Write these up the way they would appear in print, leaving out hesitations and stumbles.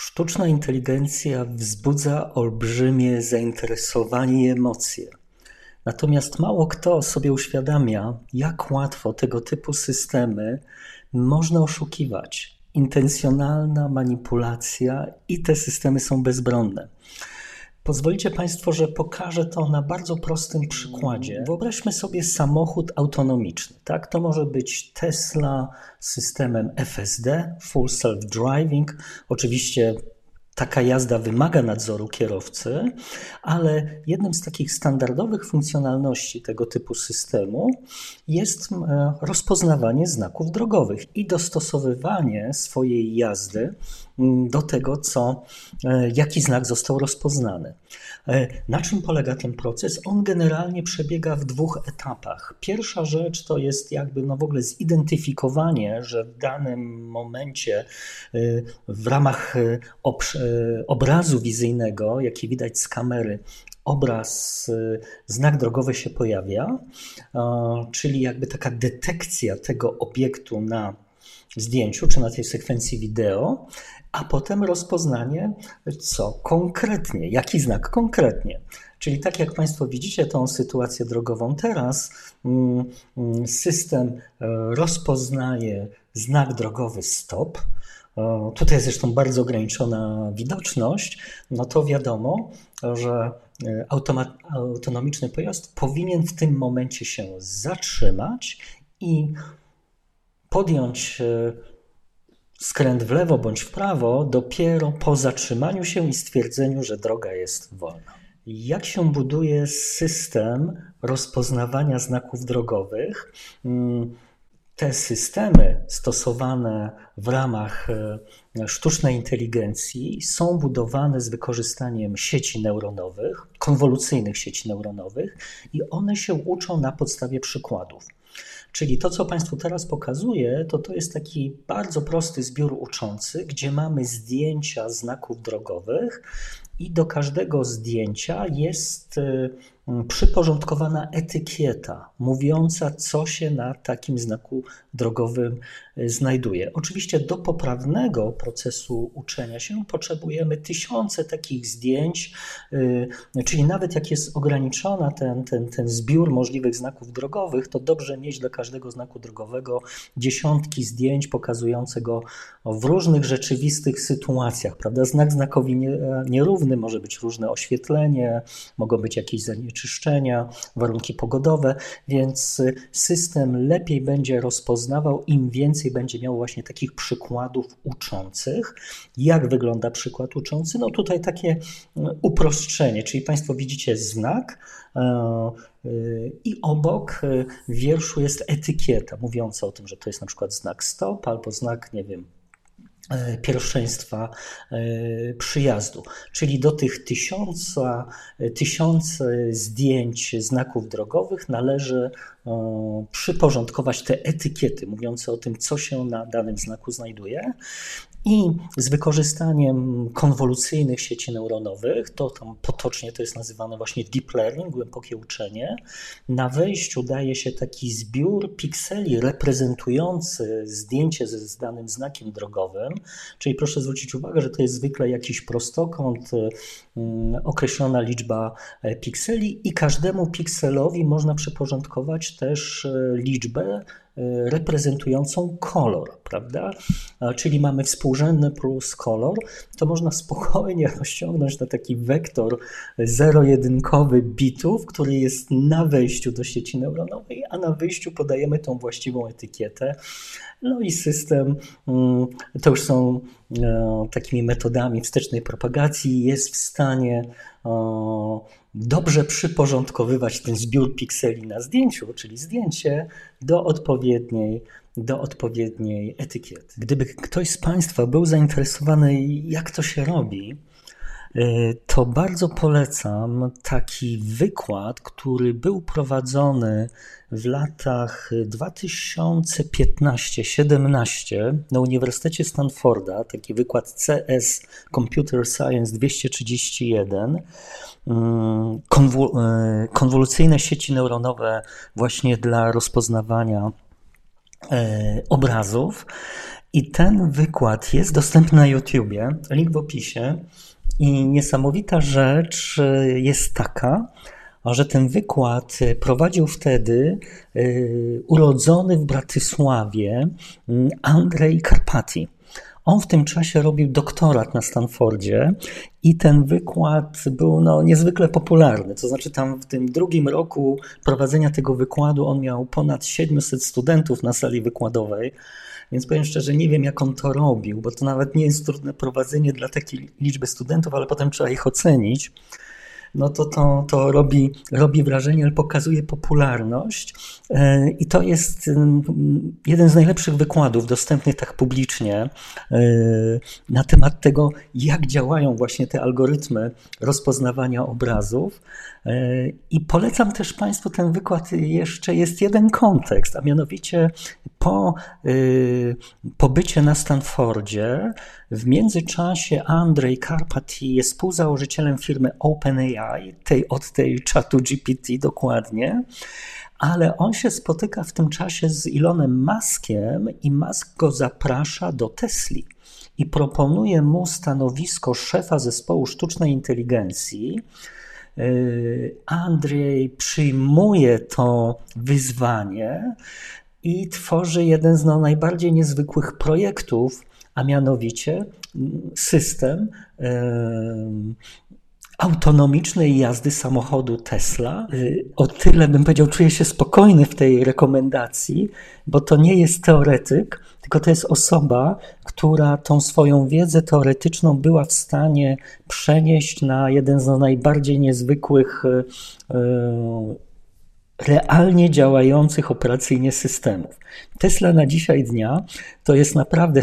Sztuczna inteligencja wzbudza olbrzymie zainteresowanie i emocje. Natomiast mało kto sobie uświadamia, jak łatwo tego typu systemy można oszukiwać. Intencjonalna manipulacja i te systemy są bezbronne. Pozwolicie Państwo, że pokażę to na bardzo prostym przykładzie. Wyobraźmy sobie samochód autonomiczny. Tak? To może być Tesla z systemem FSD, Full Self Driving. Oczywiście taka jazda wymaga nadzoru kierowcy, ale jednym z takich standardowych funkcjonalności tego typu systemu jest rozpoznawanie znaków drogowych i dostosowywanie swojej jazdy do tego, jaki znak został rozpoznany. Na czym polega ten proces? On generalnie przebiega w dwóch etapach. Pierwsza rzecz to jest w ogóle zidentyfikowanie, że w danym momencie w ramach obrazu wizyjnego, jaki widać z kamery, znak drogowy się pojawia, czyli taka detekcja tego obiektu na zdjęciu czy na tej sekwencji wideo, a potem rozpoznanie, co konkretnie, jaki znak konkretnie. Czyli tak jak Państwo widzicie tą sytuację drogową teraz, system rozpoznaje znak drogowy stop. Tutaj jest zresztą bardzo ograniczona widoczność, no to wiadomo, że autonomiczny pojazd powinien w tym momencie się zatrzymać i podjąć skręt w lewo bądź w prawo dopiero po zatrzymaniu się i stwierdzeniu, że droga jest wolna. Jak się buduje system rozpoznawania znaków drogowych? Te systemy stosowane w ramach sztucznej inteligencji są budowane z wykorzystaniem sieci neuronowych, konwolucyjnych sieci neuronowych i one się uczą na podstawie przykładów. Czyli to, co Państwu teraz pokazuję, to jest taki bardzo prosty zbiór uczący, gdzie mamy zdjęcia znaków drogowych i do każdego zdjęcia jest przyporządkowana etykieta mówiąca, co się na takim znaku drogowym znajduje. Oczywiście do poprawnego procesu uczenia się potrzebujemy tysiące takich zdjęć, czyli nawet jak jest ograniczona ten zbiór możliwych znaków drogowych, to dobrze mieć do każdego znaku drogowego dziesiątki zdjęć pokazujące go w różnych rzeczywistych sytuacjach, prawda? Znak znakowi nierówny, może być różne oświetlenie, mogą być jakieś zanieczyszczenia, warunki pogodowe, więc system lepiej będzie rozpoznawał, im więcej będzie miał właśnie takich przykładów uczących. Jak wygląda przykład uczący? No tutaj takie uproszczenie, czyli Państwo widzicie znak i obok wierszu jest etykieta mówiąca o tym, że to jest na przykład znak stop albo znak, pierwszeństwa przyjazdu. Czyli do tych tysiące zdjęć znaków drogowych należy przyporządkować te etykiety mówiące o tym, co się na danym znaku znajduje. I z wykorzystaniem konwolucyjnych sieci neuronowych, to tam potocznie to jest nazywane właśnie deep learning, głębokie uczenie, na wejściu daje się taki zbiór pikseli reprezentujący zdjęcie z danym znakiem drogowym, czyli proszę zwrócić uwagę, że to jest zwykle jakiś prostokąt, określona liczba pikseli i każdemu pikselowi można przyporządkować też liczbę reprezentującą kolor, prawda? Czyli mamy współrzędny plus kolor, to można spokojnie rozciągnąć na taki wektor zero-jedynkowy bitów, który jest na wejściu do sieci neuronowej, a na wyjściu podajemy tą właściwą etykietę. No i system, to już są takimi metodami wstecznej propagacji, jest w stanie dobrze przyporządkowywać ten zbiór pikseli na zdjęciu, czyli zdjęcie do odpowiedniej etykiety. Gdyby ktoś z Państwa był zainteresowany, jak to się robi, to bardzo polecam taki wykład, który był prowadzony w latach 2015-17 na Uniwersytecie Stanforda, taki wykład CS Computer Science 231, konwolucyjne sieci neuronowe właśnie dla rozpoznawania obrazów. I ten wykład jest dostępny na YouTubie, link w opisie. I niesamowita rzecz jest taka, że ten wykład prowadził wtedy urodzony w Bratysławie Andrzej Karpati. On w tym czasie robił doktorat na Stanfordzie i ten wykład był niezwykle popularny. To znaczy tam w tym drugim roku prowadzenia tego wykładu on miał ponad 700 studentów na sali wykładowej. Więc powiem szczerze, nie wiem jak on to robił, bo to nawet nie jest trudne prowadzenie dla takiej liczby studentów, ale potem trzeba ich ocenić. No to robi wrażenie, ale pokazuje popularność i to jest jeden z najlepszych wykładów dostępnych tak publicznie na temat tego, jak działają właśnie te algorytmy rozpoznawania obrazów. I polecam też Państwu ten wykład, jeszcze jest jeden kontekst, a mianowicie po pobycie na Stanfordzie w międzyczasie Andrzej Karpati jest współzałożycielem firmy OpenAI, od tej czatu GPT dokładnie, ale on się spotyka w tym czasie z Elonem Muskiem i Musk go zaprasza do Tesli i proponuje mu stanowisko szefa zespołu sztucznej inteligencji. Andrzej przyjmuje to wyzwanie i tworzy jeden z najbardziej niezwykłych projektów, a mianowicie system autonomicznej jazdy samochodu Tesla. O tyle bym powiedział, czuję się spokojny w tej rekomendacji, bo to nie jest teoretyk, tylko to jest osoba, która tą swoją wiedzę teoretyczną była w stanie przenieść na jeden z najbardziej niezwykłych, realnie działających operacyjnie systemów. Tesla na dzisiaj dnia to jest naprawdę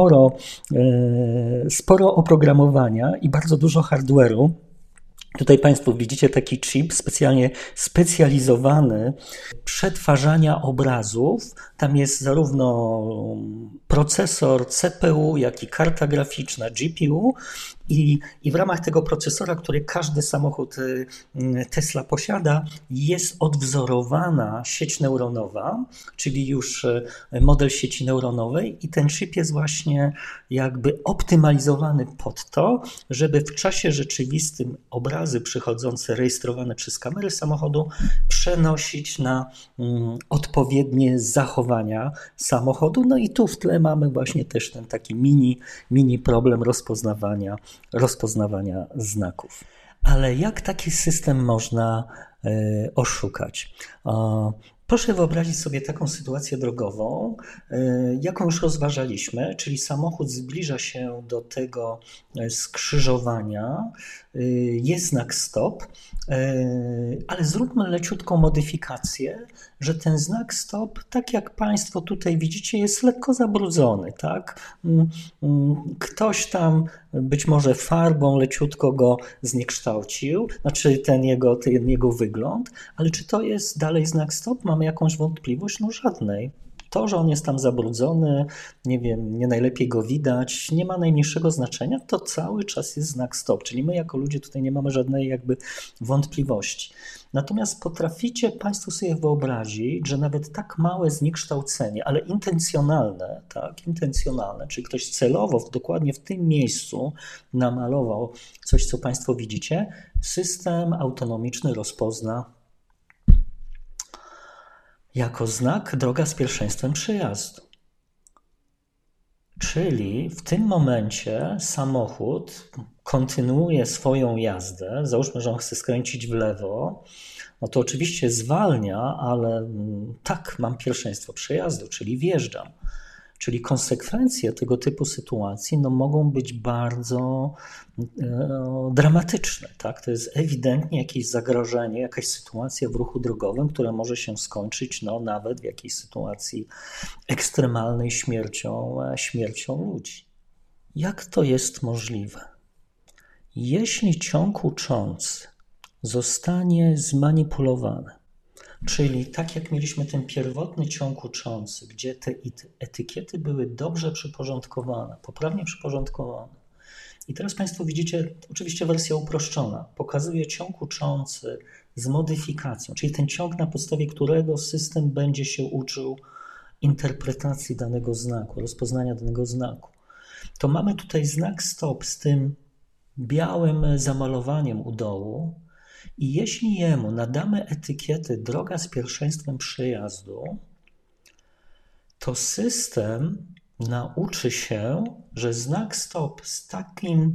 sporo oprogramowania i bardzo dużo hardware'u. Tutaj Państwo widzicie taki chip specjalnie specjalizowany przetwarzania obrazów. Tam jest zarówno procesor CPU, jak i karta graficzna GPU i w ramach tego procesora, który każdy samochód Tesla posiada, jest odwzorowana sieć neuronowa, czyli już model sieci neuronowej i ten chip jest właśnie jakby optymalizowany pod to, żeby w czasie rzeczywistym obrazy przychodzące, rejestrowane przez kamery samochodu przenosić na odpowiednie zachowania samochodu. No i tu w tle mamy właśnie też ten taki mini problem rozpoznawania znaków. Ale jak taki system można oszukać? Proszę wyobrazić sobie taką sytuację drogową, jaką już rozważaliśmy, czyli samochód zbliża się do tego skrzyżowania, jest znak stop, ale zróbmy leciutką modyfikację, że ten znak stop, tak jak Państwo tutaj widzicie, jest lekko zabrudzony, tak? Ktoś tam być może farbą leciutko go zniekształcił, znaczy ten jego wygląd, ale czy to jest dalej znak stop? Mamy jakąś wątpliwość? No żadnej. To, że on jest tam zabrudzony, nie wiem, nie najlepiej go widać, nie ma najmniejszego znaczenia, to cały czas jest znak stop, czyli my jako ludzie tutaj nie mamy żadnej jakby wątpliwości. Natomiast potraficie Państwo sobie wyobrazić, że nawet tak małe zniekształcenie, ale intencjonalne, tak, intencjonalne, czyli ktoś celowo dokładnie w tym miejscu namalował coś, co Państwo widzicie, system autonomiczny rozpozna jako znak droga z pierwszeństwem przejazdu. Czyli w tym momencie samochód kontynuuje swoją jazdę, załóżmy, że on chce skręcić w lewo, no to oczywiście zwalnia, ale tak, mam pierwszeństwo przejazdu, czyli wjeżdżam. Czyli konsekwencje tego typu sytuacji mogą być bardzo dramatyczne. Tak? To jest ewidentnie jakieś zagrożenie, jakaś sytuacja w ruchu drogowym, która może się skończyć nawet w jakiejś sytuacji ekstremalnej śmiercią ludzi. Jak to jest możliwe? Jeśli ciąg uczący zostanie zmanipulowany, czyli tak jak mieliśmy ten pierwotny ciąg uczący, gdzie te etykiety były dobrze przyporządkowane, poprawnie przyporządkowane. I teraz Państwo widzicie, oczywiście wersja uproszczona, pokazuje ciąg uczący z modyfikacją, czyli ten ciąg, na podstawie którego system będzie się uczył interpretacji danego znaku, rozpoznania danego znaku, to mamy tutaj znak stop z tym białym zamalowaniem u dołu i jeśli jemu nadamy etykietę droga z pierwszeństwem przejazdu, to system nauczy się, że znak stop z takim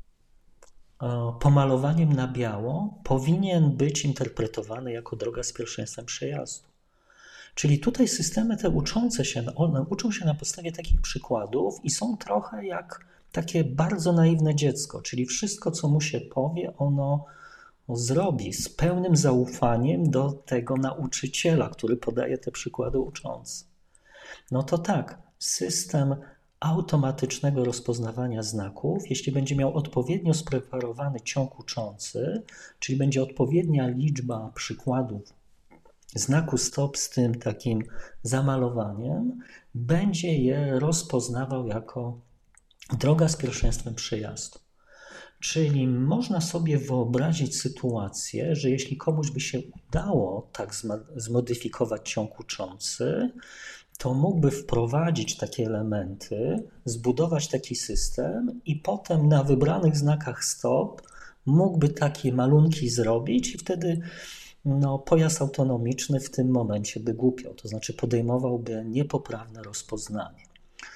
pomalowaniem na biało powinien być interpretowany jako droga z pierwszeństwem przejazdu. Czyli tutaj systemy te uczące się, one uczą się na podstawie takich przykładów i są trochę jak takie bardzo naiwne dziecko, czyli wszystko, co mu się powie, ono zrobi z pełnym zaufaniem do tego nauczyciela, który podaje te przykłady uczące. No to tak, system automatycznego rozpoznawania znaków, jeśli będzie miał odpowiednio spreparowany ciąg uczący, czyli będzie odpowiednia liczba przykładów znaku stop z tym takim zamalowaniem, będzie je rozpoznawał jako droga z pierwszeństwem przejazdu. Czyli można sobie wyobrazić sytuację, że jeśli komuś by się udało tak zmodyfikować ciąg uczący, to mógłby wprowadzić takie elementy, zbudować taki system i potem na wybranych znakach stop mógłby takie malunki zrobić i wtedy pojazd autonomiczny w tym momencie by głupiał, to znaczy podejmowałby niepoprawne rozpoznanie.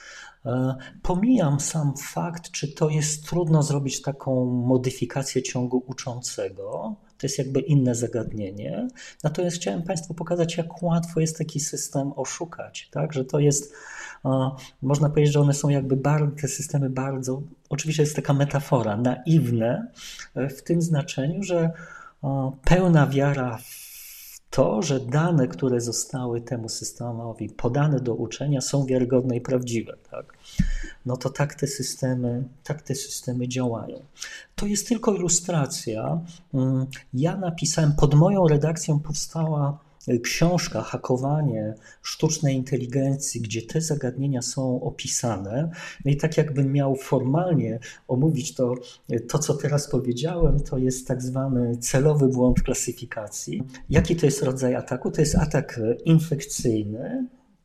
Pomijam sam fakt, czy to jest trudno zrobić taką modyfikację ciągu uczącego, to jest jakby inne zagadnienie, natomiast chciałem Państwu pokazać, jak łatwo jest taki system oszukać, tak? Że to jest, można powiedzieć, że one są jakby te systemy bardzo, oczywiście jest taka metafora, naiwne w tym znaczeniu, że pełna wiara w to, że dane, które zostały temu systemowi podane do uczenia, są wiarygodne i prawdziwe. Tak? No to tak te systemy działają. To jest tylko ilustracja. Ja napisałem, pod moją redakcją powstała książka Hakowanie sztucznej inteligencji, gdzie te zagadnienia są opisane. No i tak jakbym miał formalnie omówić to, co teraz powiedziałem, to jest tak zwany celowy błąd klasyfikacji. Jaki to jest rodzaj ataku? To jest atak infekcyjny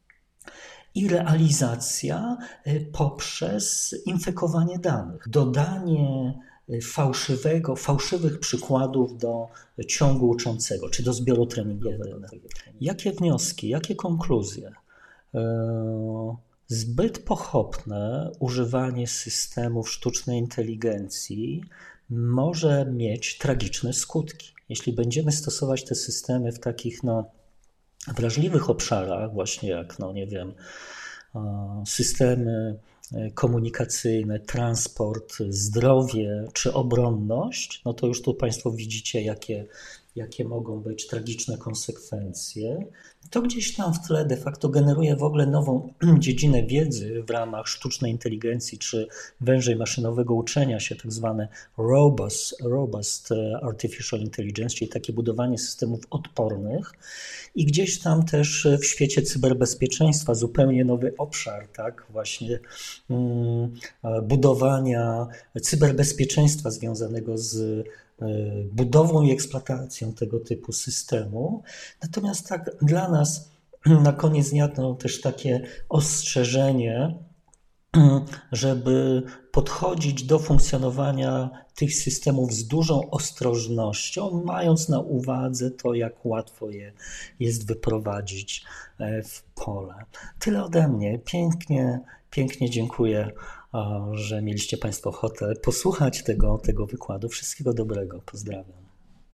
i realizacja poprzez infekowanie danych, dodanie fałszywych przykładów do ciągu uczącego, czy do zbioru treningowego. Jakie wnioski, jakie konkluzje? Zbyt pochopne używanie systemów sztucznej inteligencji może mieć tragiczne skutki. Jeśli będziemy stosować te systemy w takich wrażliwych obszarach, właśnie jak, systemy komunikacyjne, transport, zdrowie czy obronność, no to już tu Państwo widzicie, jakie mogą być tragiczne konsekwencje. To gdzieś tam w tle de facto generuje w ogóle nową dziedzinę wiedzy w ramach sztucznej inteligencji czy wężej maszynowego uczenia się, tak zwane robust artificial intelligence, czyli takie budowanie systemów odpornych i gdzieś tam też w świecie cyberbezpieczeństwa zupełnie nowy obszar, tak, właśnie budowania cyberbezpieczeństwa związanego z budową i eksploatacją tego typu systemu. Natomiast tak dla nas na koniec dnia to też takie ostrzeżenie, żeby podchodzić do funkcjonowania tych systemów z dużą ostrożnością, mając na uwadze to, jak łatwo je jest wyprowadzić w pole. Tyle ode mnie. Pięknie dziękuję, że mieliście Państwo ochotę posłuchać tego wykładu. Wszystkiego dobrego. Pozdrawiam.